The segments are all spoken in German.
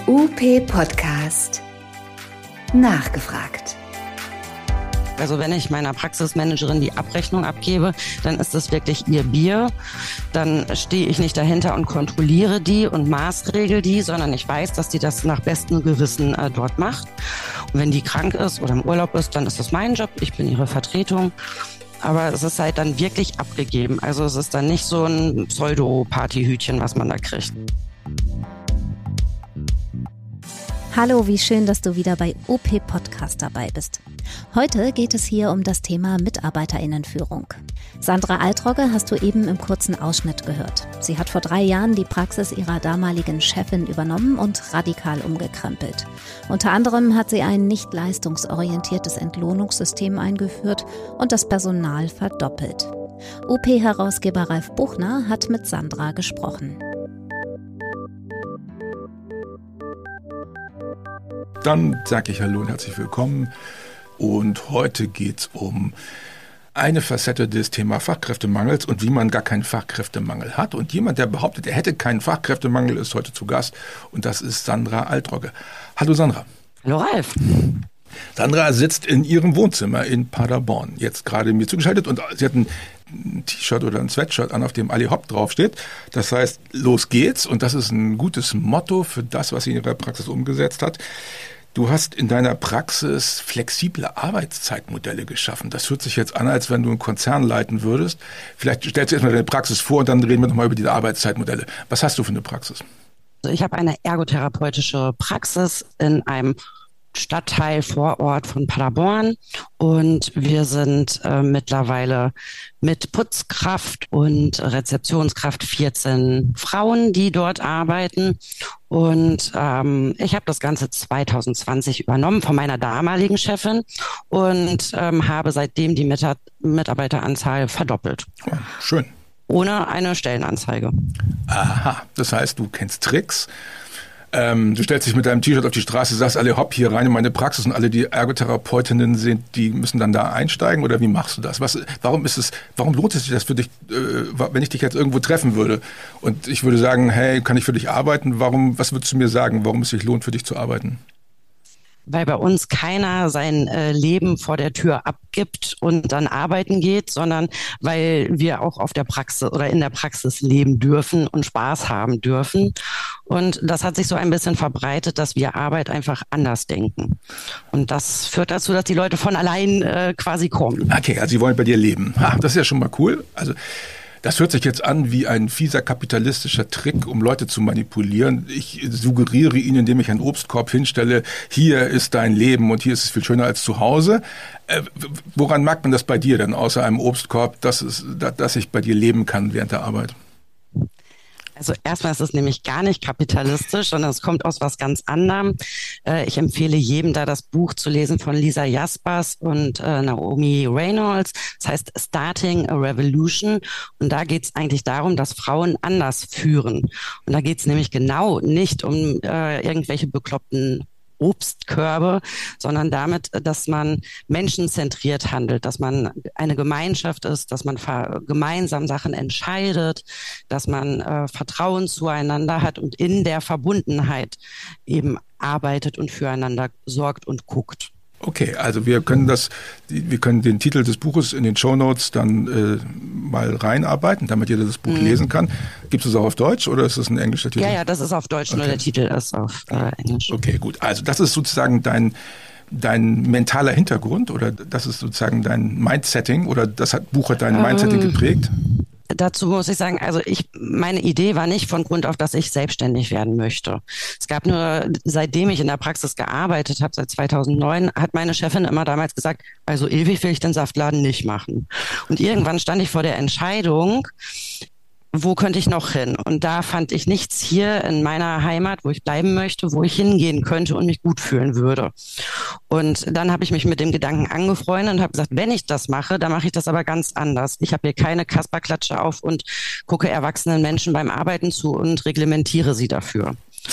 UP Podcast. Nachgefragt. Also wenn ich meiner Praxismanagerin die Abrechnung abgebe, dann ist das wirklich ihr Bier. Dann stehe ich nicht dahinter und kontrolliere die und maßregel die, sondern ich weiß, dass die das nach bestem Gewissen dort macht. Und wenn die krank ist oder im Urlaub ist, dann ist das mein Job. Ich bin ihre Vertretung. Aber es ist halt dann wirklich abgegeben. Also es ist dann nicht so ein Pseudo-Partyhütchen, was man da kriegt. Hallo, wie schön, dass du wieder bei OP Podcast dabei bist. Heute geht es hier um das Thema MitarbeiterInnenführung. Sandra Altrogge hast du eben im kurzen Ausschnitt gehört. Sie hat vor 3 Jahren die Praxis ihrer damaligen Chefin übernommen und radikal umgekrempelt. Unter anderem hat sie ein nicht leistungsorientiertes Entlohnungssystem eingeführt und das Personal verdoppelt. OP-Herausgeber Ralf Buchner hat mit Sandra gesprochen. Dann sage ich Hallo und herzlich willkommen. Und heute geht es um eine Facette des Thema Fachkräftemangels und wie man gar keinen Fachkräftemangel hat. Und jemand, der behauptet, er hätte keinen Fachkräftemangel, ist heute zu Gast. Und das ist Sandra Altrogge. Hallo Sandra. Hallo Ralf. Sandra sitzt in ihrem Wohnzimmer in Paderborn, jetzt gerade mir zugeschaltet. Und sie hat ein T-Shirt oder ein Sweatshirt an, auf dem Ali Hopp draufsteht. Das heißt, los geht's. Und das ist ein gutes Motto für das, was sie in ihrer Praxis umgesetzt hat. Du hast in deiner Praxis flexible Arbeitszeitmodelle geschaffen. Das hört sich jetzt an, als wenn du einen Konzern leiten würdest. Vielleicht stellst du erstmal deine Praxis vor und dann reden wir nochmal über diese Arbeitszeitmodelle. Was hast du für eine Praxis? Also ich habe eine ergotherapeutische Praxis in einem Stadtteil vor Ort von Paderborn und wir sind mittlerweile mit Putzkraft und Rezeptionskraft 14 Frauen, die dort arbeiten und ich habe das Ganze 2020 übernommen von meiner damaligen Chefin und habe seitdem die Mitarbeiteranzahl verdoppelt. Oh, schön. Ohne eine Stellenanzeige. Aha, das heißt, du kennst Tricks. Du stellst dich mit deinem T-Shirt auf die Straße, sagst alle hopp hier rein in meine Praxis und alle, die Ergotherapeutinnen sind, die müssen dann da einsteigen oder wie machst du das? Warum lohnt es sich das für dich, wenn ich dich jetzt irgendwo treffen würde und ich würde sagen, hey, kann ich für dich arbeiten? Was würdest du mir sagen, warum es sich lohnt, für dich zu arbeiten? Weil bei uns keiner sein Leben vor der Tür abgibt und dann arbeiten geht, sondern weil wir auch auf der Praxis oder in der Praxis leben dürfen und Spaß haben dürfen. Und das hat sich so ein bisschen verbreitet, dass wir Arbeit einfach anders denken. Und das führt dazu, dass die Leute von allein quasi kommen. Okay, also sie wollen bei dir leben. Das ist ja schon mal cool. Also das hört sich jetzt an wie ein fieser kapitalistischer Trick, um Leute zu manipulieren. Ich suggeriere ihnen, indem ich einen Obstkorb hinstelle, hier ist dein Leben und hier ist es viel schöner als zu Hause. Woran merkt man das bei dir denn, außer einem Obstkorb, dass ich bei dir leben kann während der Arbeit? Also erstmal ist es nämlich gar nicht kapitalistisch, sondern es kommt aus was ganz anderem. Ich empfehle jedem da das Buch zu lesen von Lisa Jaspers und Naomi Reynolds. Das heißt Starting a Revolution. Und da geht es eigentlich darum, dass Frauen anders führen. Und da geht es nämlich genau nicht um irgendwelche bekloppten Obstkörbe, sondern damit, dass man menschenzentriert handelt, dass man eine Gemeinschaft ist, dass man gemeinsam Sachen entscheidet, dass man Vertrauen zueinander hat und in der Verbundenheit eben arbeitet und füreinander sorgt und guckt. Okay, also wir können den Titel des Buches in den Shownotes dann mal reinarbeiten, damit jeder das Buch lesen kann. Gibt es auch auf Deutsch oder ist das ein englischer Titel? Ja, das ist auf Deutsch, nur der Titel ist auf Englisch. Okay, gut. Also das ist sozusagen dein mentaler Hintergrund oder das ist sozusagen dein Mindsetting oder Buch hat dein Mindsetting geprägt? Dazu muss ich sagen, also meine Idee war nicht von Grund auf, dass ich selbstständig werden möchte. Es gab nur, seitdem ich in der Praxis gearbeitet habe, seit 2009, hat meine Chefin immer damals gesagt, also ewig will ich den Saftladen nicht machen. Und irgendwann stand ich vor der Entscheidung, wo könnte ich noch hin? Und da fand ich nichts hier in meiner Heimat, wo ich bleiben möchte, wo ich hingehen könnte und mich gut fühlen würde. Und dann habe ich mich mit dem Gedanken angefreundet und habe gesagt, wenn ich das mache, dann mache ich das aber ganz anders. Ich habe hier keine Kasperklatsche auf und gucke erwachsenen Menschen beim Arbeiten zu und reglementiere sie dafür.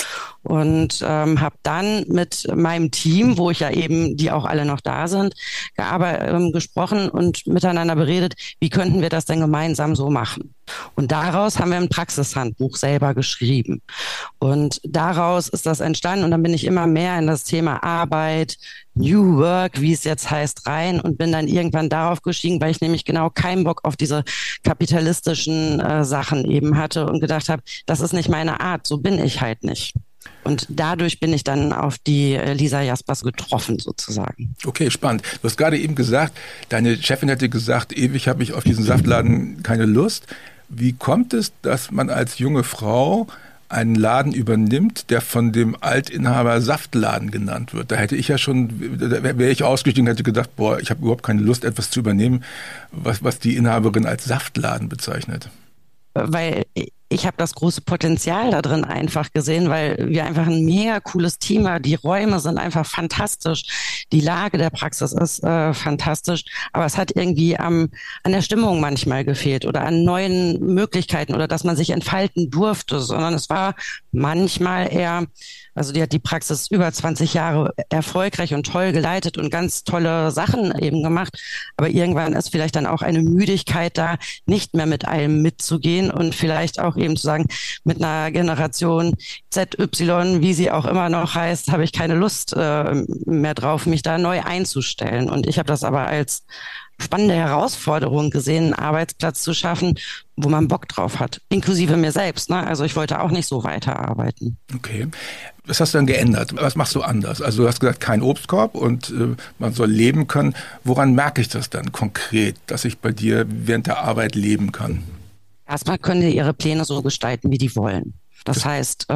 und habe dann mit meinem Team, wo ich ja eben, die auch alle noch da sind, gesprochen und miteinander beredet, wie könnten wir das denn gemeinsam so machen. Und daraus haben wir ein Praxishandbuch selber geschrieben. Und daraus ist das entstanden und dann bin ich immer mehr in das Thema Arbeit, New Work, wie es jetzt heißt, rein und bin dann irgendwann darauf gestiegen, weil ich nämlich genau keinen Bock auf diese kapitalistischen Sachen eben hatte und gedacht habe, das ist nicht meine Art, so bin ich halt nicht. Und dadurch bin ich dann auf die Lisa Jaspers getroffen, sozusagen. Okay, spannend. Du hast gerade eben gesagt, deine Chefin hätte gesagt, ewig habe ich auf diesen Saftladen keine Lust. Wie kommt es, dass man als junge Frau einen Laden übernimmt, der von dem Altinhaber Saftladen genannt wird? Da hätte ich ja schon, da wäre ich ausgestiegen, hätte gedacht, boah, ich habe überhaupt keine Lust, etwas zu übernehmen, was die Inhaberin als Saftladen bezeichnet. Weil ich habe das große Potenzial da drin einfach gesehen, weil wir einfach ein mega cooles Team haben. Die Räume sind einfach fantastisch. Die Lage der Praxis ist fantastisch. Aber es hat irgendwie an der Stimmung manchmal gefehlt oder an neuen Möglichkeiten oder dass man sich entfalten durfte, sondern es war manchmal eher, also die hat die Praxis über 20 Jahre erfolgreich und toll geleitet und ganz tolle Sachen eben gemacht. Aber irgendwann ist vielleicht dann auch eine Müdigkeit da, nicht mehr mit allem mitzugehen und vielleicht auch eben zu sagen, mit einer Generation ZY, wie sie auch immer noch heißt, habe ich keine Lust mehr drauf, mich da neu einzustellen. Und ich habe das aber als spannende Herausforderung gesehen, einen Arbeitsplatz zu schaffen, wo man Bock drauf hat, inklusive mir selbst. Ne? Also ich wollte auch nicht so weiterarbeiten. Okay. Was hast du dann geändert? Was machst du anders? Also du hast gesagt, kein Obstkorb und man soll leben können. Woran merke ich das dann konkret, dass ich bei dir während der Arbeit leben kann? Erstmal können die ihre Pläne so gestalten, wie die wollen. Das heißt,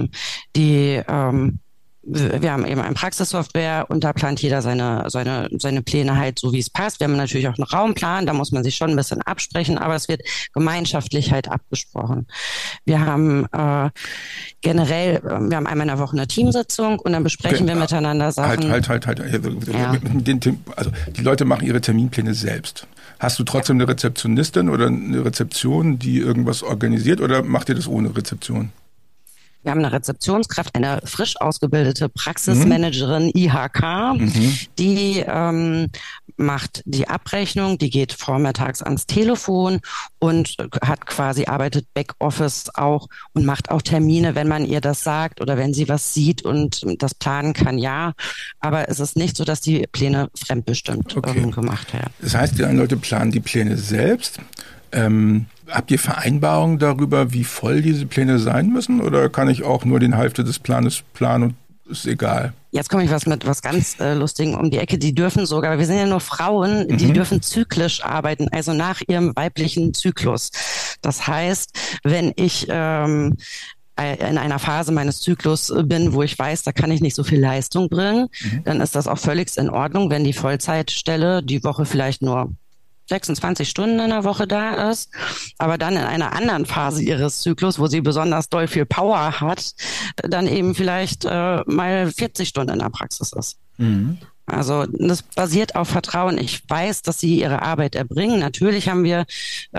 wir haben eben eine Praxissoftware und da plant jeder seine Pläne halt so, wie es passt. Wir haben natürlich auch einen Raumplan, da muss man sich schon ein bisschen absprechen, aber es wird gemeinschaftlich halt abgesprochen. Wir haben generell, wir haben einmal in der Woche eine Teamsitzung und dann besprechen wir miteinander Sachen. Halt. Ja. Also die Leute machen ihre Terminpläne selbst. Hast du trotzdem eine Rezeptionistin oder eine Rezeption, die irgendwas organisiert oder macht ihr das ohne Rezeption? Wir haben eine Rezeptionskraft, eine frisch ausgebildete Praxismanagerin IHK, die macht die Abrechnung, die geht vormittags ans Telefon und arbeitet Backoffice auch und macht auch Termine, wenn man ihr das sagt oder wenn sie was sieht und das planen kann, ja. Aber es ist nicht so, dass die Pläne fremdbestimmt gemacht werden. Das heißt, die Leute planen die Pläne selbst. Habt ihr Vereinbarungen darüber, wie voll diese Pläne sein müssen? Oder kann ich auch nur den Hälfte des Planes planen und ist egal? Jetzt komme ich mit was ganz Lustigem um die Ecke. Die dürfen sogar, wir sind ja nur Frauen, die dürfen zyklisch arbeiten, also nach ihrem weiblichen Zyklus. Das heißt, wenn ich in einer Phase meines Zyklus bin, wo ich weiß, da kann ich nicht so viel Leistung bringen, dann ist das auch völlig in Ordnung, wenn die Vollzeitstelle die Woche vielleicht nur 26 Stunden in der Woche da ist, aber dann in einer anderen Phase ihres Zyklus, wo sie besonders doll viel Power hat, dann eben vielleicht mal 40 Stunden in der Praxis ist. Also das basiert auf Vertrauen. Ich weiß, dass sie ihre Arbeit erbringen. Natürlich haben wir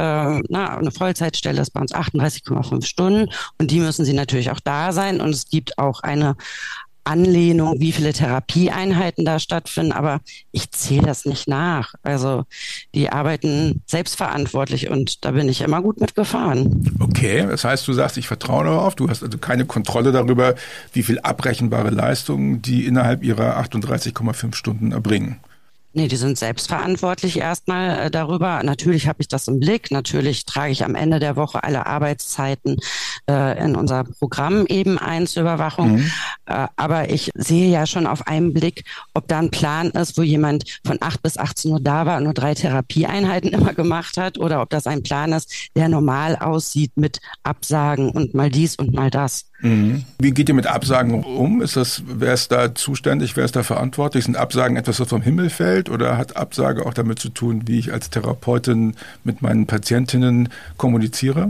eine Vollzeitstelle, ist bei uns 38,5 Stunden und die müssen sie natürlich auch da sein und es gibt auch eine Anlehnung, wie viele Therapieeinheiten da stattfinden, aber ich zähle das nicht nach. Also die arbeiten selbstverantwortlich und da bin ich immer gut mitgefahren. Okay, das heißt, du sagst, ich vertraue darauf, du hast also keine Kontrolle darüber, wie viel abrechenbare Leistungen die innerhalb ihrer 38,5 Stunden erbringen. Nee, die sind selbstverantwortlich erstmal darüber. Natürlich habe ich das im Blick. Natürlich trage ich am Ende der Woche alle Arbeitszeiten in unser Programm eben ein zur Überwachung. Aber ich sehe ja schon auf einen Blick, ob da ein Plan ist, wo jemand von 8 bis 18 Uhr da war und nur 3 Therapieeinheiten immer gemacht hat oder ob das ein Plan ist, der normal aussieht mit Absagen und mal dies und mal das. Wie geht ihr mit Absagen um? Wer ist da zuständig, wer ist da verantwortlich? Sind Absagen etwas, was vom Himmel fällt oder hat Absage auch damit zu tun, wie ich als Therapeutin mit meinen Patientinnen kommuniziere?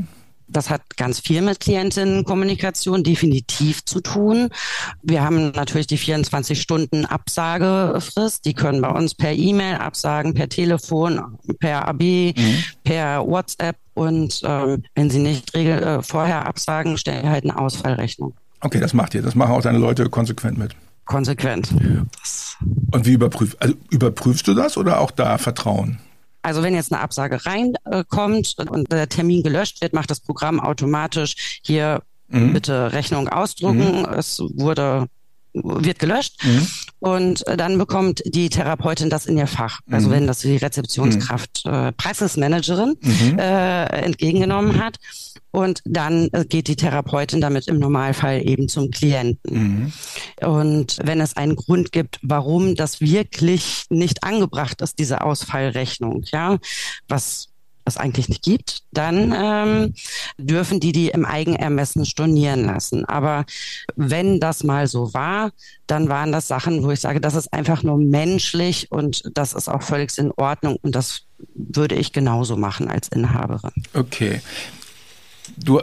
Das hat ganz viel mit Klientinnenkommunikation definitiv zu tun. Wir haben natürlich die 24-Stunden-Absagefrist. Die können bei uns per E-Mail absagen, per Telefon, per AB, per WhatsApp. Und wenn sie nicht vorher absagen, stellen wir halt eine Ausfallrechnung. Okay, das macht ihr. Das machen auch deine Leute konsequent mit. Konsequent. Und wie überprüfst du das oder auch da Vertrauen? Also wenn jetzt eine Absage reinkommt und der Termin gelöscht wird, macht das Programm automatisch hier bitte Rechnung ausdrucken. Es wird gelöscht und dann bekommt die Therapeutin das in ihr Fach. Also wenn das die Rezeptionskraft, Praxismanagerin entgegengenommen hat. Und dann geht die Therapeutin damit im Normalfall eben zum Klienten. Und wenn es einen Grund gibt, warum das wirklich nicht angebracht ist, diese Ausfallrechnung, ja, was es eigentlich nicht gibt, dann dürfen die im Eigenermessen stornieren lassen. Aber wenn das mal so war, dann waren das Sachen, wo ich sage, das ist einfach nur menschlich und das ist auch völlig in Ordnung und das würde ich genauso machen als Inhaberin. Okay. Du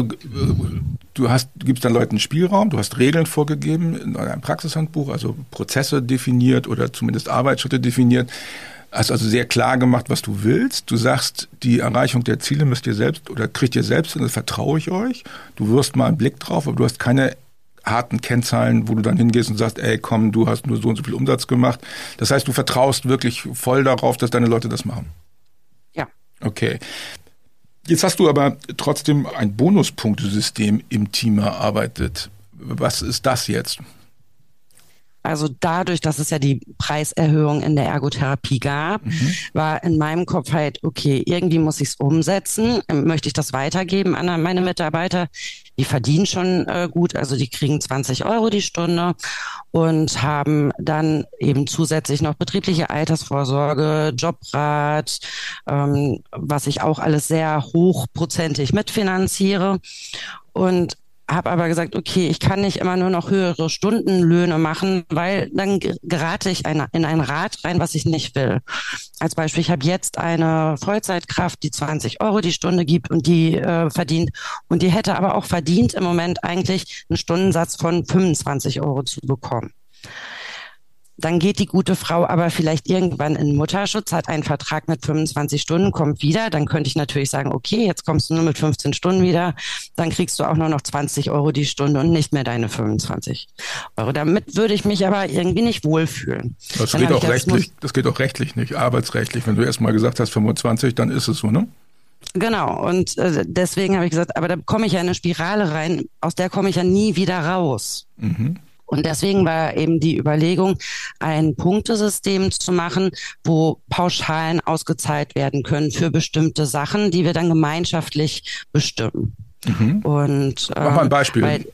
gibst dann Leuten Spielraum, du hast Regeln vorgegeben in einem Praxishandbuch, also Prozesse definiert oder zumindest Arbeitsschritte definiert. Hast also sehr klar gemacht, was du willst. Du sagst, die Erreichung der Ziele müsst ihr selbst oder kriegt ihr selbst hin, das vertraue ich euch. Du wirst mal einen Blick drauf, aber du hast keine harten Kennzahlen, wo du dann hingehst und sagst, ey, komm, du hast nur so und so viel Umsatz gemacht. Das heißt, du vertraust wirklich voll darauf, dass deine Leute das machen. Ja. Okay. Jetzt hast du aber trotzdem ein Bonuspunktesystem im Team erarbeitet. Was ist das jetzt? Also dadurch, dass es ja die Preiserhöhung in der Ergotherapie gab, war in meinem Kopf halt, okay, irgendwie muss ich es umsetzen. Möchte ich das weitergeben an meine Mitarbeiter? Die verdienen schon gut, also die kriegen 20 € die Stunde und haben dann eben zusätzlich noch betriebliche Altersvorsorge, Jobrat, was ich auch alles sehr hochprozentig mitfinanziere. Und habe aber gesagt, okay, ich kann nicht immer nur noch höhere Stundenlöhne machen, weil dann gerate ich in ein Rad rein, was ich nicht will. Als Beispiel, ich habe jetzt eine Vollzeitkraft, die 20 € die Stunde gibt und die verdient. Und die hätte aber auch verdient, im Moment eigentlich einen Stundensatz von 25 € zu bekommen. Dann geht die gute Frau aber vielleicht irgendwann in Mutterschutz, hat einen Vertrag mit 25 Stunden, kommt wieder. Dann könnte ich natürlich sagen, okay, jetzt kommst du nur mit 15 Stunden wieder. Dann kriegst du auch nur noch 20 € die Stunde und nicht mehr deine 25 €. Damit würde ich mich aber irgendwie nicht wohlfühlen. Das geht auch rechtlich, das geht auch rechtlich nicht, arbeitsrechtlich. Wenn du erst mal gesagt hast 25, dann ist es so, ne? Genau, und deswegen habe ich gesagt, aber da komme ich ja in eine Spirale rein, aus der komme ich ja nie wieder raus. Und deswegen war eben die Überlegung, ein Punktesystem zu machen, wo Pauschalen ausgezahlt werden können für bestimmte Sachen, die wir dann gemeinschaftlich bestimmen. Und mach mal ein Beispiel.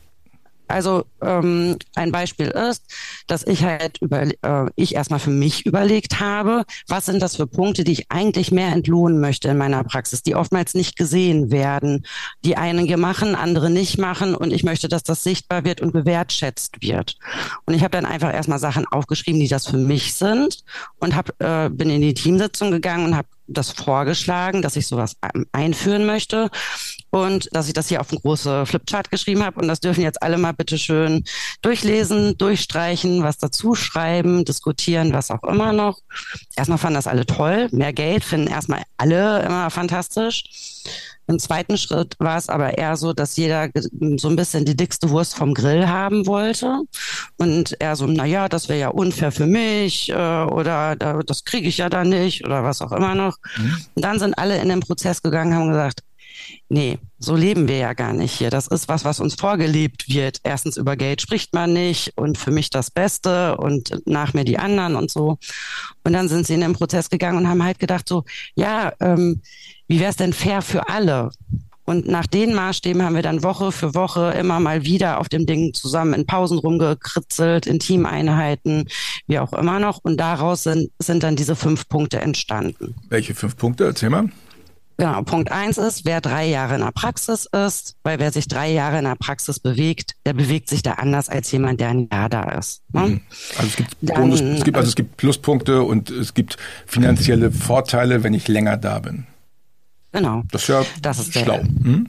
Ein Beispiel ist, dass ich halt ich erstmal für mich überlegt habe, was sind das für Punkte, die ich eigentlich mehr entlohnen möchte in meiner Praxis, die oftmals nicht gesehen werden, die einige machen, andere nicht machen und ich möchte, dass das sichtbar wird und gewertschätzt wird. Und ich habe dann einfach erstmal Sachen aufgeschrieben, die das für mich sind und bin in die Teamsitzung gegangen und habe das vorgeschlagen, dass ich sowas einführen möchte und dass ich das hier auf eine große Flipchart geschrieben habe und das dürfen jetzt alle mal bitte schön durchlesen, durchstreichen, was dazu schreiben, diskutieren, was auch immer noch. Erstmal fanden das alle toll, mehr Geld finden erstmal alle immer fantastisch. Im zweiten Schritt war es aber eher so, dass jeder so ein bisschen die dickste Wurst vom Grill haben wollte und er so, naja, das wäre ja unfair für mich oder das kriege ich ja dann nicht oder was auch immer noch. Und dann sind alle in den Prozess gegangen, haben gesagt, nee, so leben wir ja gar nicht hier. Das ist was uns vorgelebt wird. Erstens über Geld spricht man nicht und für mich das Beste und nach mir die anderen und so. Und dann sind sie in den Prozess gegangen und haben halt gedacht so, ja, wie wäre es denn fair für alle? Und nach den Maßstäben haben wir dann Woche für Woche immer mal wieder auf dem Ding zusammen in Pausen rumgekritzelt, in Teameinheiten, wie auch immer noch. Und daraus sind dann diese 5 Punkte entstanden. Welche 5 Punkte? Erzähl mal. Genau, Punkt 1 ist, wer 3 Jahre in der Praxis ist, weil wer sich 3 Jahre in der Praxis bewegt, der bewegt sich da anders als jemand, der ein Jahr da ist. Ne? Also es gibt Pluspunkte und es gibt finanzielle Vorteile, wenn ich länger da bin. Genau. Das ist ja schlau.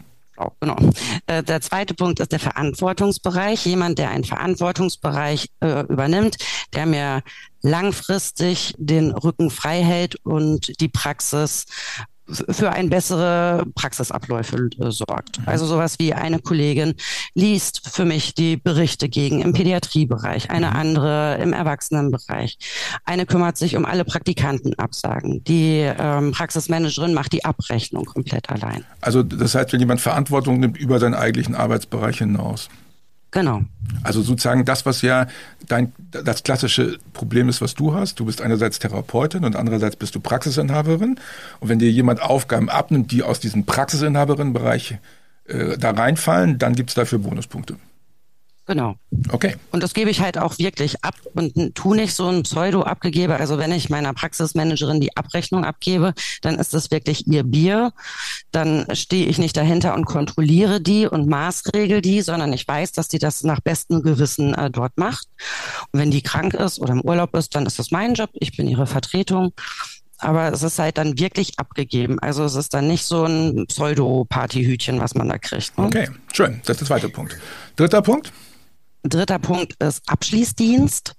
Genau. Der zweite Punkt ist der Verantwortungsbereich. Jemand, der einen Verantwortungsbereich übernimmt, der mir langfristig den Rücken frei hält und die Praxis für ein bessere Praxisabläufe sorgt. Also sowas wie eine Kollegin liest für mich die Berichte gegen im Pädiatriebereich, eine andere im Erwachsenenbereich. Eine kümmert sich um alle Praktikantenabsagen. Die Praxismanagerin macht die Abrechnung komplett allein. Also das heißt, wenn jemand Verantwortung nimmt über seinen eigentlichen Arbeitsbereich hinaus. Genau. Also sozusagen das, was ja das klassische Problem ist, was du hast. Du bist einerseits Therapeutin und andererseits bist du Praxisinhaberin. Und wenn dir jemand Aufgaben abnimmt, die aus diesem Praxisinhaberinnenbereich da reinfallen, dann gibt's dafür Bonuspunkte. Genau. Okay. Und das gebe ich halt auch wirklich ab und tu nicht so ein Pseudo-Abgegebe. Also wenn ich meiner Praxismanagerin die Abrechnung abgebe, dann ist das wirklich ihr Bier. Dann stehe ich nicht dahinter und kontrolliere die und maßregel die, sondern ich weiß, dass die das nach bestem Gewissen dort macht. Und wenn die krank ist oder im Urlaub ist, dann ist das mein Job. Ich bin ihre Vertretung. Aber es ist halt dann wirklich abgegeben. Also es ist dann nicht so ein Pseudo-Partyhütchen, was man da kriegt. Ne? Okay, schön. Das ist der zweite Punkt. Dritter Punkt? Dritter Punkt ist Abschließdienst,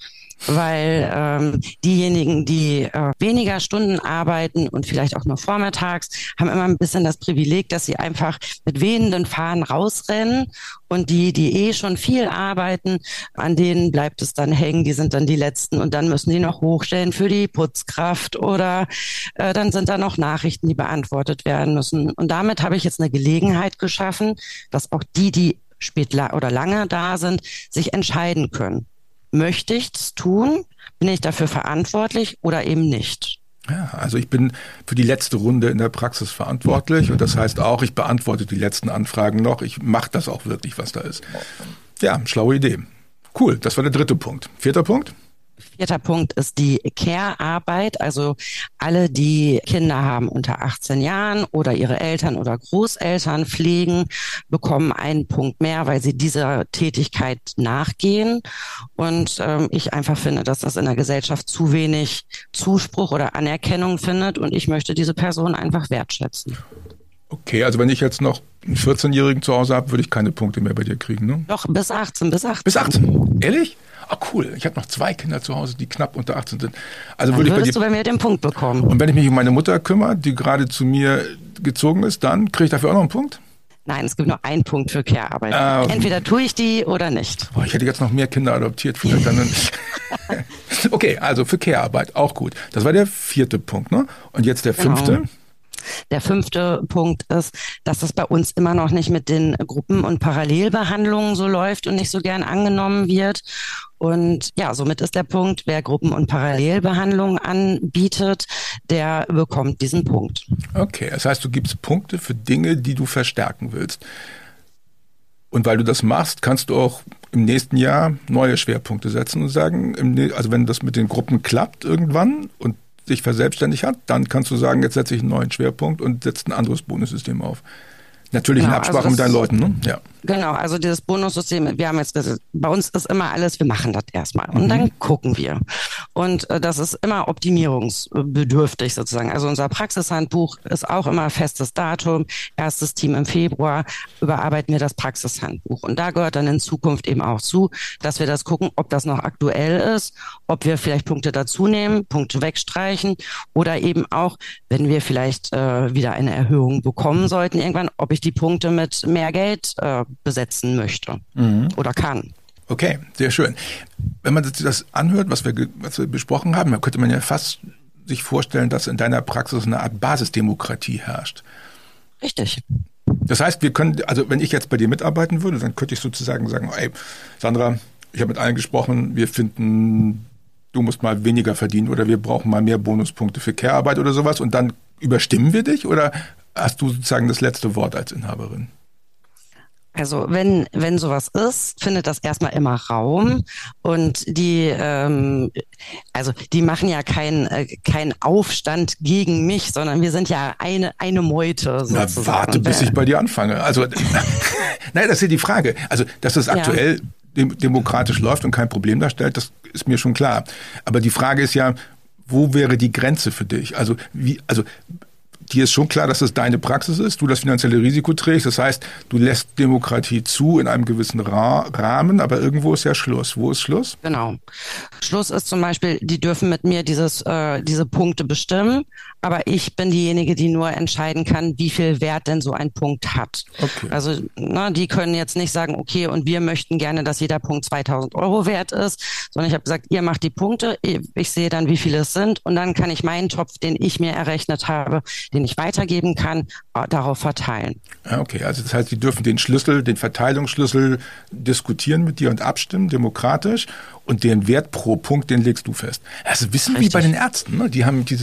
weil diejenigen, die weniger Stunden arbeiten und vielleicht auch nur vormittags, haben immer ein bisschen das Privileg, dass sie einfach mit wehenden Fahnen rausrennen und die schon viel arbeiten, an denen bleibt es dann hängen, die sind dann die Letzten und dann müssen die noch hochstellen für die Putzkraft oder dann sind da noch Nachrichten, die beantwortet werden müssen. Und damit habe ich jetzt eine Gelegenheit geschaffen, dass auch die oder lange da sind, sich entscheiden können. Möchte ich es tun? Bin ich dafür verantwortlich oder eben nicht? Ja, also ich bin für die letzte Runde in der Praxis verantwortlich und das heißt auch, ich beantworte die letzten Anfragen noch. Ich mache das auch wirklich, was da ist. Ja, schlaue Idee. Cool, das war der dritte Punkt. Vierter Punkt? Vierter Punkt ist die Care-Arbeit. Also alle, die Kinder haben unter 18 Jahren oder ihre Eltern oder Großeltern pflegen, bekommen einen Punkt mehr, weil sie dieser Tätigkeit nachgehen. Und ich einfach finde, dass das in der Gesellschaft zu wenig Zuspruch oder Anerkennung findet. Und ich möchte diese Person einfach wertschätzen. Okay, also wenn ich jetzt noch einen 14-Jährigen zu Hause habe, würde ich keine Punkte mehr bei dir kriegen, ne? Doch, bis 18. Bis 18? Ehrlich? Ah, cool. Ich habe noch 2 Kinder zu Hause, die knapp unter 18 sind. Also dann würdest du bei mir den Punkt bekommen. Und wenn ich mich um meine Mutter kümmere, die gerade zu mir gezogen ist, dann kriege ich dafür auch noch einen Punkt? Nein, es gibt nur einen Punkt für Care-Arbeit. Entweder tue ich die oder nicht. Boah, ich hätte jetzt noch mehr Kinder adoptiert. Vielleicht dann okay, also für Care-Arbeit, auch gut. Das war der 4. Punkt, ne? Und jetzt der 5. Genau. Der 5. Punkt ist, dass es bei uns immer noch nicht mit den Gruppen- und Parallelbehandlungen so läuft und nicht so gern angenommen wird. Und ja, somit ist der Punkt, wer Gruppen- und Parallelbehandlungen anbietet, der bekommt diesen Punkt. Okay, das heißt, du gibst Punkte für Dinge, die du verstärken willst. Und weil du das machst, kannst du auch im nächsten Jahr neue Schwerpunkte setzen und sagen, also wenn das mit den Gruppen klappt irgendwann und sich verselbstständigt hat, dann kannst du sagen, jetzt setze ich einen neuen Schwerpunkt und setze ein anderes Bonussystem auf. Natürlich in Absprache mit deinen Leuten, ne? Ja. Genau, also dieses Bonussystem, wir haben jetzt gesagt, bei uns ist immer alles, wir machen das erstmal und dann gucken wir. Und das ist immer optimierungsbedürftig sozusagen. Also unser Praxishandbuch ist auch immer festes Datum, erstes Team im Februar, überarbeiten wir das Praxishandbuch. Und da gehört dann in Zukunft eben auch zu, dass wir das gucken, ob das noch aktuell ist, ob wir vielleicht Punkte dazu nehmen, Punkte wegstreichen oder eben auch, wenn wir vielleicht wieder eine Erhöhung bekommen sollten irgendwann, ob ich die Punkte mit mehr Geld besetzen möchte oder kann. Okay, sehr schön. Wenn man das anhört, was wir besprochen haben, dann könnte man ja fast sich vorstellen, dass in deiner Praxis eine Art Basisdemokratie herrscht. Richtig. Das heißt, wir können, also wenn ich jetzt bei dir mitarbeiten würde, dann könnte ich sozusagen sagen, ey, Sandra, ich habe mit allen gesprochen, wir finden, du musst mal weniger verdienen oder wir brauchen mal mehr Bonuspunkte für Care-Arbeit oder sowas und dann überstimmen wir dich oder hast du sozusagen das letzte Wort als Inhaberin? Also wenn sowas ist, findet das erstmal immer Raum und die machen ja keinen Aufstand gegen mich, sondern wir sind ja eine Meute sozusagen. Na, warte, bis ich bei dir anfange. Also, nein, das ist ja die Frage. Also, dass es aktuell demokratisch läuft und kein Problem darstellt, das ist mir schon klar. Aber die Frage ist ja, wo wäre die Grenze für dich? Also dir ist schon klar, dass es deine Praxis ist, du das finanzielle Risiko trägst. Das heißt, du lässt Demokratie zu in einem gewissen Rahmen, aber irgendwo ist ja Schluss. Wo ist Schluss? Genau. Schluss ist zum Beispiel, die dürfen mit mir diese Punkte bestimmen, aber ich bin diejenige, die nur entscheiden kann, wie viel Wert denn so ein Punkt hat. Okay. Also die können jetzt nicht sagen, okay, und wir möchten gerne, dass jeder Punkt 2.000 Euro wert ist, sondern ich habe gesagt, ihr macht die Punkte, ich sehe dann, wie viele es sind und dann kann ich meinen Topf, den ich mir errechnet habe, den ich weitergeben kann, darauf verteilen. Ja, okay, also das heißt, Sie dürfen den Verteilungsschlüssel diskutieren mit dir und abstimmen, demokratisch, und den Wert pro Punkt, den legst du fest. Also wissen wie bei den Ärzten, ne? Die haben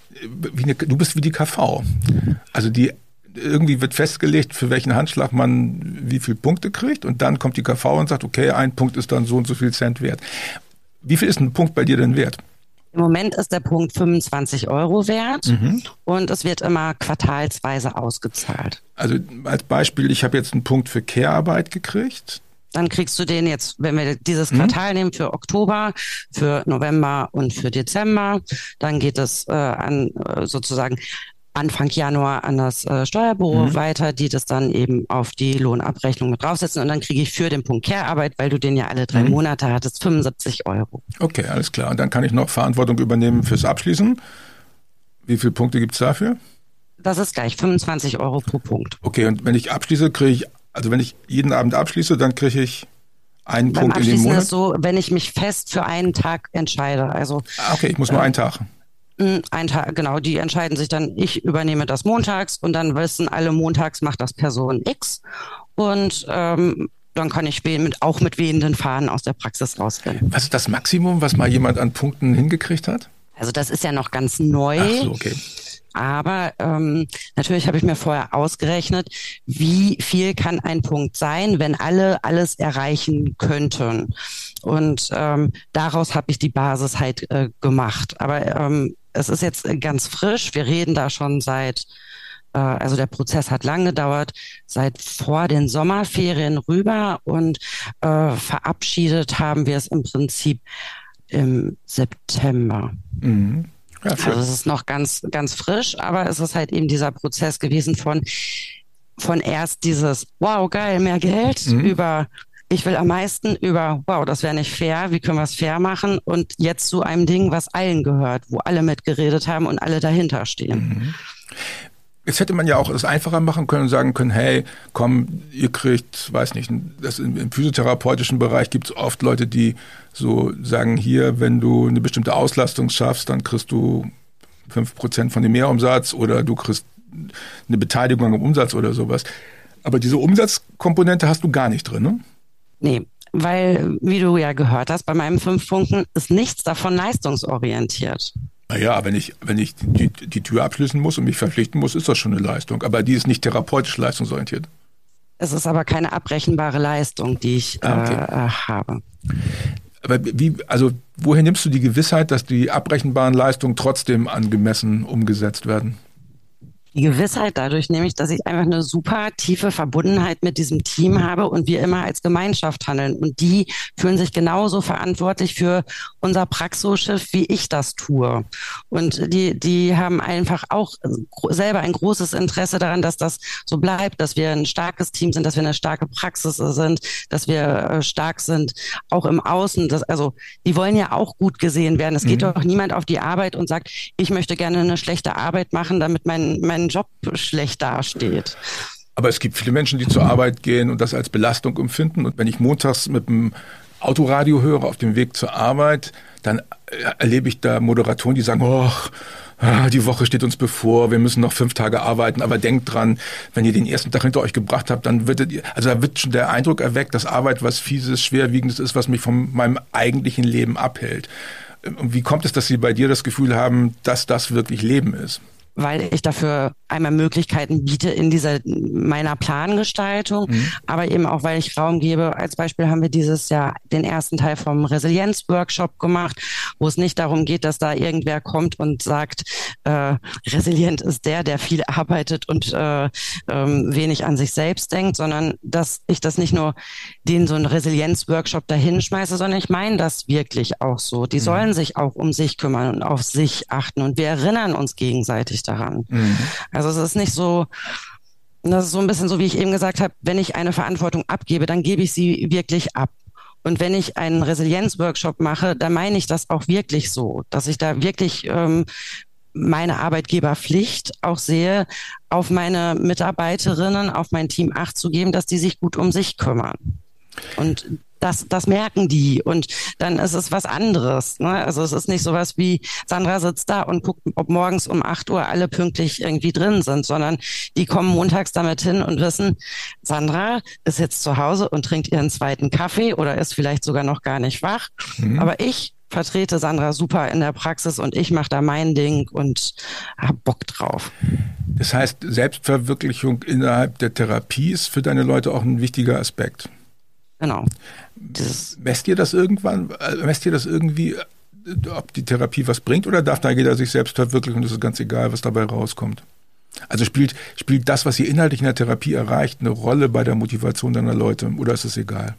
du bist wie die KV. Also irgendwie wird festgelegt, für welchen Handschlag man wie viele Punkte kriegt und dann kommt die KV und sagt, okay, ein Punkt ist dann so und so viel Cent wert. Wie viel ist ein Punkt bei dir denn wert? Im Moment ist der Punkt 25 Euro wert und es wird immer quartalsweise ausgezahlt. Also als Beispiel, ich habe jetzt einen Punkt für Care-Arbeit gekriegt. Dann kriegst du den jetzt, wenn wir dieses Quartal nehmen, für Oktober, für November und für Dezember. Dann geht es sozusagen Anfang Januar an das Steuerbüro weiter, die das dann eben auf die Lohnabrechnung mit draufsetzen. Und dann kriege ich für den Punkt Care-Arbeit, weil du den ja alle 3 Monate hattest, 75 Euro. Okay, alles klar. Und dann kann ich noch Verantwortung übernehmen fürs Abschließen. Wie viele Punkte gibt's dafür? Das ist gleich 25 Euro pro Punkt. Okay, und wenn ich abschließe, wenn ich jeden Abend abschließe, dann kriege ich einen Punkt in dem Monat? Ist so, wenn ich mich fest für einen Tag entscheide. Also, okay, ich muss nur einen Tag. Ein Tag, genau, die entscheiden sich dann, ich übernehme das montags und dann wissen alle, montags macht das Person X und dann kann ich auch mit wehenden Fahnen aus der Praxis rausgehen. Was ist das Maximum, was mal jemand an Punkten hingekriegt hat? Also das ist ja noch ganz neu. Ach so, okay. Aber natürlich habe ich mir vorher ausgerechnet, wie viel kann ein Punkt sein, wenn alle alles erreichen könnten. Und daraus habe ich die Basis halt gemacht. Aber es ist jetzt ganz frisch. Wir reden da schon also der Prozess hat lang gedauert, seit vor den Sommerferien rüber und verabschiedet haben wir es im Prinzip im September. Mhm. Ja, also es ist noch ganz, ganz frisch, aber es ist halt eben dieser Prozess gewesen von erst dieses, wow, geil, mehr Geld, über ich will am meisten, über, wow, das wäre nicht fair, wie können wir es fair machen, und jetzt zu einem Ding, was allen gehört, wo alle mitgeredet haben und alle dahinter stehen. Jetzt hätte man ja auch es einfacher machen können und sagen können, hey, komm, ihr kriegt, weiß nicht, im physiotherapeutischen Bereich gibt es oft Leute, die so sagen, hier, wenn du eine bestimmte Auslastung schaffst, dann kriegst du 5% von dem Mehrumsatz oder du kriegst eine Beteiligung am Umsatz oder sowas. Aber diese Umsatzkomponente hast du gar nicht drin, ne? Nee, weil, wie du ja gehört hast, bei meinen 5 Punkten ist nichts davon leistungsorientiert. Naja, wenn ich die Tür abschließen muss und mich verpflichten muss, ist das schon eine Leistung. Aber die ist nicht therapeutisch leistungsorientiert. Es ist aber keine abrechenbare Leistung, die ich habe. Aber woher nimmst du die Gewissheit, dass die abrechenbaren Leistungen trotzdem angemessen umgesetzt werden? Die Gewissheit dadurch nämlich, dass ich einfach eine super tiefe Verbundenheit mit diesem Team habe und wir immer als Gemeinschaft handeln. Und die fühlen sich genauso verantwortlich für unser Praxisschiff, wie ich das tue. Und die haben einfach auch selber ein großes Interesse daran, dass das so bleibt, dass wir ein starkes Team sind, dass wir eine starke Praxis sind, dass wir stark sind, auch im Außen. Also die wollen ja auch gut gesehen werden. Es geht doch niemand auf die Arbeit und sagt, ich möchte gerne eine schlechte Arbeit machen, damit mein Job schlecht dasteht. Aber es gibt viele Menschen, die zur Arbeit gehen und das als Belastung empfinden. Und wenn ich montags mit dem Autoradio höre auf dem Weg zur Arbeit, dann erlebe ich da Moderatoren, die sagen, die Woche steht uns bevor, wir müssen noch 5 Tage arbeiten, aber denkt dran, wenn ihr den ersten Tag hinter euch gebracht habt, dann da wird schon der Eindruck erweckt, dass Arbeit was Fieses, Schwerwiegendes ist, was mich von meinem eigentlichen Leben abhält. Und wie kommt es, dass Sie bei dir das Gefühl haben, dass das wirklich Leben ist? Weil ich dafür einmal Möglichkeiten biete in meiner Plangestaltung, aber eben auch, weil ich Raum gebe. Als Beispiel haben wir dieses Jahr den ersten Teil vom Resilienz-Workshop gemacht, wo es nicht darum geht, dass da irgendwer kommt und sagt, resilient ist der viel arbeitet und wenig an sich selbst denkt, sondern dass ich das nicht nur den so einen Resilienz-Workshop dahin schmeiße, sondern ich meine das wirklich auch so. Die sollen sich auch um sich kümmern und auf sich achten und wir erinnern uns gegenseitig daran. Also es ist nicht so, das ist so ein bisschen so, wie ich eben gesagt habe, wenn ich eine Verantwortung abgebe, dann gebe ich sie wirklich ab. Und wenn ich einen Resilienz-Workshop mache, dann meine ich das auch wirklich so, dass ich da wirklich meine Arbeitgeberpflicht auch sehe, auf meine Mitarbeiterinnen, auf mein Team Acht zu geben, dass die sich gut um sich kümmern. Und das merken die und dann ist es was anderes. Ne? Also es ist nicht sowas wie, Sandra sitzt da und guckt, ob morgens um 8 Uhr alle pünktlich irgendwie drin sind, sondern die kommen montags damit hin und wissen, Sandra ist jetzt zu Hause und trinkt ihren zweiten Kaffee oder ist vielleicht sogar noch gar nicht wach. Aber ich vertrete Sandra super in der Praxis und ich mache da mein Ding und hab Bock drauf. Das heißt, Selbstverwirklichung innerhalb der Therapie ist für deine Leute auch ein wichtiger Aspekt. Genau. Messt ihr das irgendwie, ob die Therapie was bringt oder darf da jeder sich selbst verwirklichen und es ist ganz egal, was dabei rauskommt? Also spielt das, was ihr inhaltlich in der Therapie erreicht, eine Rolle bei der Motivation deiner Leute oder ist es egal?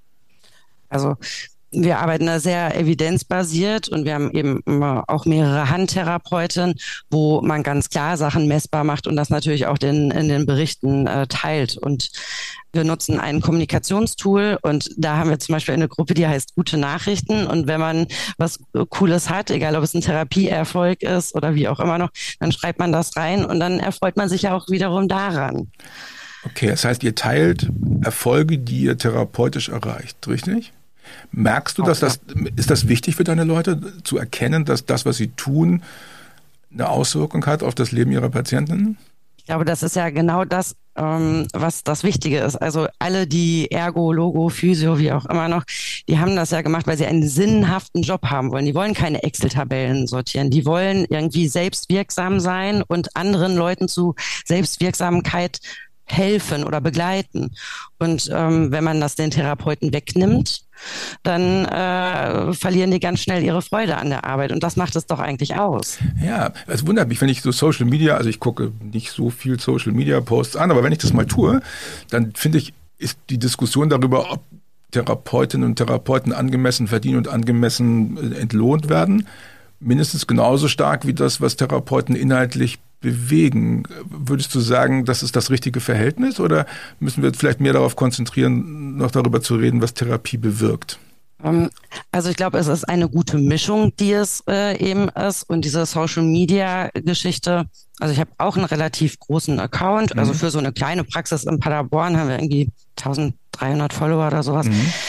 Also wir arbeiten da sehr evidenzbasiert und wir haben eben auch mehrere Handtherapeuten, wo man ganz klar Sachen messbar macht und das natürlich auch in den Berichten teilt. Und wir nutzen ein Kommunikationstool und da haben wir zum Beispiel eine Gruppe, die heißt Gute Nachrichten. Und wenn man was Cooles hat, egal ob es ein Therapieerfolg ist oder wie auch immer noch, dann schreibt man das rein und dann erfreut man sich ja auch wiederum daran. Okay, das heißt, ihr teilt Erfolge, die ihr therapeutisch erreicht, richtig? Merkst du, ist das wichtig für deine Leute, zu erkennen, dass das, was sie tun, eine Auswirkung hat auf das Leben ihrer Patienten? Ich glaube, das ist ja genau das, was das Wichtige ist. Also alle, die Ergo, Logo, Physio, wie auch immer noch, die haben das ja gemacht, weil sie einen sinnhaften Job haben wollen. Die wollen keine Excel-Tabellen sortieren. Die wollen irgendwie selbstwirksam sein und anderen Leuten zu Selbstwirksamkeit helfen oder begleiten. Und wenn man das den Therapeuten wegnimmt, dann verlieren die ganz schnell ihre Freude an der Arbeit. Und das macht es doch eigentlich aus. Ja, es wundert mich, wenn ich so Social Media, also ich gucke nicht so viel Social Media Posts an, aber wenn ich das mal tue, dann finde ich, ist die Diskussion darüber, ob Therapeutinnen und Therapeuten angemessen verdienen und angemessen entlohnt werden, mindestens genauso stark wie das, was Therapeuten inhaltlich bewegen. Würdest du sagen, das ist das richtige Verhältnis oder müssen wir vielleicht mehr darauf konzentrieren, noch darüber zu reden, was Therapie bewirkt? Also ich glaube, es ist eine gute Mischung, die es eben ist und diese Social-Media-Geschichte. Also ich habe auch einen relativ großen Account, also für so eine kleine Praxis in Paderborn haben wir irgendwie 1300 Follower oder sowas.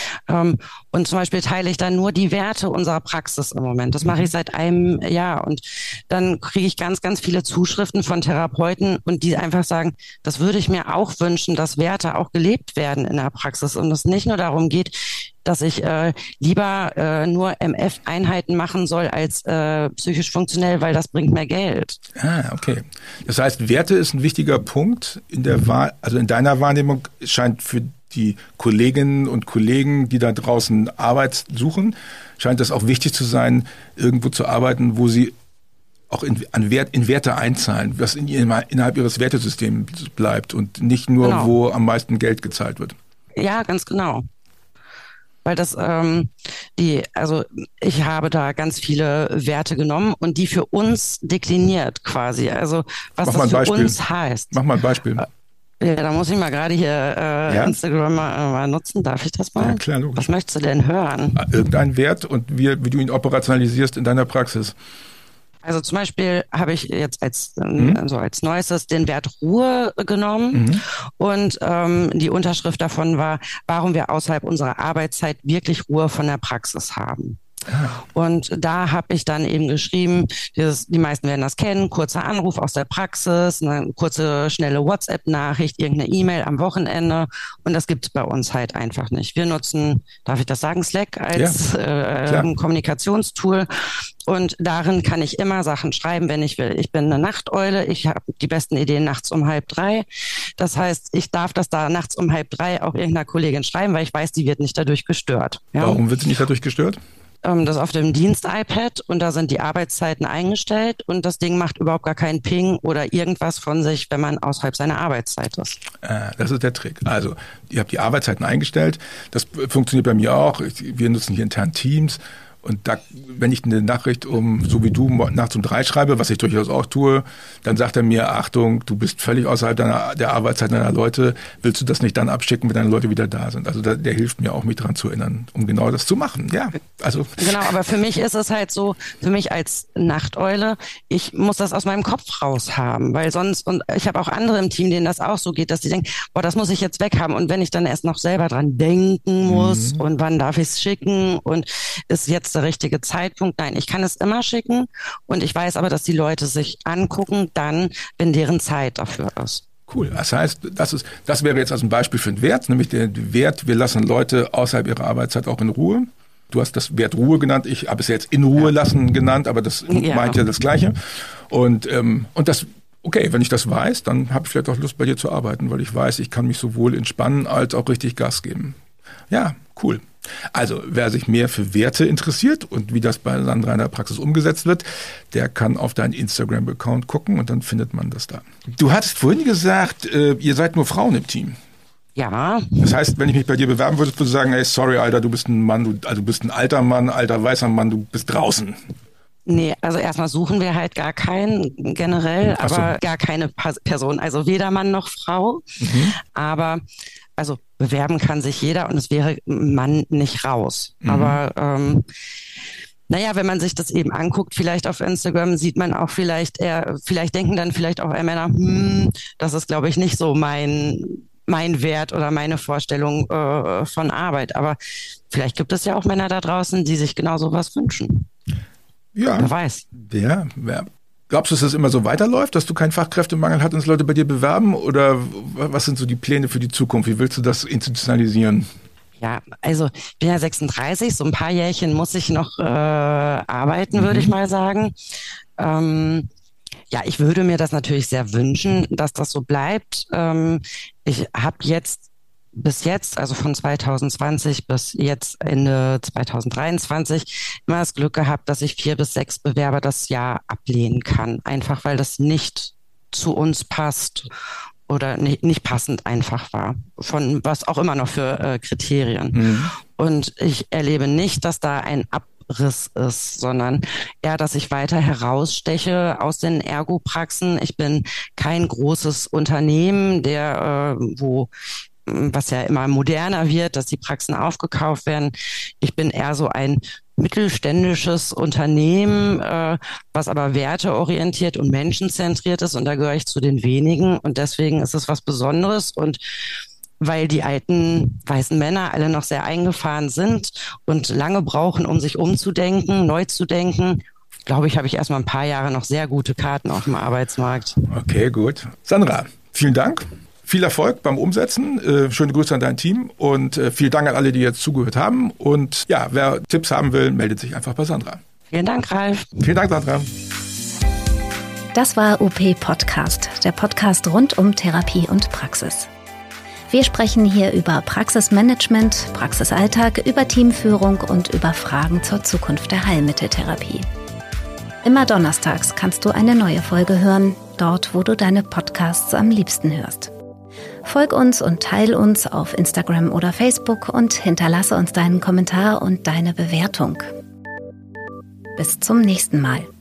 Und zum Beispiel teile ich dann nur die Werte unserer Praxis im Moment. Das mache ich seit einem Jahr und dann kriege ich ganz, ganz viele Zuschriften von Therapeuten und die einfach sagen, das würde ich mir auch wünschen, dass Werte auch gelebt werden in der Praxis und es nicht nur darum geht, dass ich lieber nur MF-Einheiten machen soll als psychisch funktionell, weil das bringt mehr Geld. Ah, okay. Das heißt, Werte ist ein wichtiger Punkt in der also in deiner Wahrnehmung scheint für die Kolleginnen und Kollegen, die da draußen Arbeit suchen, scheint das auch wichtig zu sein, irgendwo zu arbeiten, wo sie auch in Werte einzahlen, was innerhalb ihres Wertesystems bleibt und nicht nur, genau, wo am meisten Geld gezahlt wird. Ja, ganz genau. Weil das, also ich habe da ganz viele Werte genommen und die für uns dekliniert quasi. Also was das für uns heißt. Mach mal ein Beispiel. Ja, da muss ich mal gerade hier Instagram mal nutzen. Darf ich das mal? Ja, klar, logisch. Was möchtest du denn hören? Irgendein Wert und wie du ihn operationalisierst in deiner Praxis. Also zum Beispiel habe ich jetzt als Neuestes den Wert Ruhe genommen und die Unterschrift davon war, warum wir außerhalb unserer Arbeitszeit wirklich Ruhe von der Praxis haben. Und da habe ich dann eben geschrieben, die meisten werden das kennen, kurzer Anruf aus der Praxis, eine kurze, schnelle WhatsApp-Nachricht, irgendeine E-Mail am Wochenende. Und das gibt es bei uns halt einfach nicht. Wir nutzen, darf ich das sagen, Slack als Kommunikationstool. Und darin kann ich immer Sachen schreiben, wenn ich will. Ich bin eine Nachteule, ich habe die besten Ideen nachts um 2:30. Das heißt, ich darf das da nachts um 2:30 auch irgendeiner Kollegin schreiben, weil ich weiß, die wird nicht dadurch gestört. Ja? Warum wird sie nicht dadurch gestört? Das auf dem Dienst-iPad und da sind die Arbeitszeiten eingestellt und das Ding macht überhaupt gar keinen Ping oder irgendwas von sich, wenn man außerhalb seiner Arbeitszeit ist. Das ist der Trick. Also, ihr habt die Arbeitszeiten eingestellt. Das funktioniert bei mir auch. Wir nutzen hier intern Teams. Und da, wenn ich eine Nachricht so wie du nachts um 3 schreibe, was ich durchaus auch tue, dann sagt er mir, Achtung, du bist völlig außerhalb der Arbeitszeit deiner Leute, willst du das nicht dann abschicken, wenn deine Leute wieder da sind? Also der hilft mir auch, mich daran zu erinnern, um genau das zu machen. Ja, also. Genau, aber für mich ist es halt so, für mich als Nachteule, ich muss das aus meinem Kopf raus haben, weil sonst, und ich habe auch andere im Team, denen das auch so geht, dass die denken, boah, das muss ich jetzt weghaben. Und wenn ich dann erst noch selber dran denken muss und wann darf ich es schicken und ist jetzt der richtige Zeitpunkt. Nein, ich kann es immer schicken und ich weiß aber, dass die Leute sich angucken, dann, wenn deren Zeit dafür ist. Cool. Das heißt, das wäre jetzt also ein Beispiel für einen Wert, nämlich der Wert, wir lassen Leute außerhalb ihrer Arbeitszeit auch in Ruhe. Du hast das Wert Ruhe genannt, ich habe es jetzt in Ruhe lassen genannt, aber das meint ja das Gleiche. Und das, okay, wenn ich das weiß, dann habe ich vielleicht auch Lust, bei dir zu arbeiten, weil ich weiß, ich kann mich sowohl entspannen als auch richtig Gas geben. Ja, cool. Also, wer sich mehr für Werte interessiert und wie das bei Sandra in der Praxis umgesetzt wird, der kann auf deinen Instagram-Account gucken und dann findet man das da. Du hattest vorhin gesagt, ihr seid nur Frauen im Team. Ja. Das heißt, wenn ich mich bei dir bewerben würde, würdest du sagen, hey, sorry, Alter, du bist ein Mann, du bist ein alter Mann, alter weißer Mann, du bist draußen. Nee, also erstmal suchen wir halt gar keinen generell, aber gar keine Person, also weder Mann noch Frau, aber also bewerben kann sich jeder und es wäre Mann nicht raus. Aber naja, wenn man sich das eben anguckt, vielleicht auf Instagram, sieht man auch vielleicht denken dann vielleicht auch Männer, das ist glaube ich nicht so mein Wert oder meine Vorstellung von Arbeit. Aber vielleicht gibt es ja auch Männer da draußen, die sich genau sowas wünschen. Ja. Wer weiß. Ja. Glaubst du, dass das immer so weiterläuft, dass du keinen Fachkräftemangel hast und dass Leute bei dir bewerben? Oder was sind so die Pläne für die Zukunft? Wie willst du das institutionalisieren? Ja, also ich bin ja 36, so ein paar Jährchen muss ich noch arbeiten, würde ich mal sagen. Ja, ich würde mir das natürlich sehr wünschen, dass das so bleibt. Ich habe bis jetzt, also von 2020 bis jetzt Ende 2023, immer das Glück gehabt, dass ich 4 bis 6 Bewerber das Jahr ablehnen kann. Einfach weil das nicht zu uns passt oder nicht passend einfach war. Von was auch immer noch für Kriterien. Und ich erlebe nicht, dass da ein Abriss ist, sondern eher, dass ich weiter heraussteche aus den Ergopraxen. Ich bin kein großes Unternehmen, was ja immer moderner wird, dass die Praxen aufgekauft werden. Ich bin eher so ein mittelständisches Unternehmen, was aber werteorientiert und menschenzentriert ist und da gehöre ich zu den wenigen und deswegen ist es was Besonderes und weil die alten weißen Männer alle noch sehr eingefahren sind und lange brauchen, um sich umzudenken, neu zu denken, glaube ich, habe ich erstmal ein paar Jahre noch sehr gute Karten auf dem Arbeitsmarkt. Okay, gut. Sandra, vielen Dank. Viel Erfolg beim Umsetzen. Schöne Grüße an dein Team und vielen Dank an alle, die jetzt zugehört haben. Und ja, wer Tipps haben will, meldet sich einfach bei Sandra. Vielen Dank, Ralf. Vielen Dank, Sandra. Das war OP Podcast, der Podcast rund um Therapie und Praxis. Wir sprechen hier über Praxismanagement, Praxisalltag, über Teamführung und über Fragen zur Zukunft der Heilmitteltherapie. Immer donnerstags kannst du eine neue Folge hören, dort, wo du deine Podcasts am liebsten hörst. Folg uns und teil uns auf Instagram oder Facebook und hinterlasse uns deinen Kommentar und deine Bewertung. Bis zum nächsten Mal.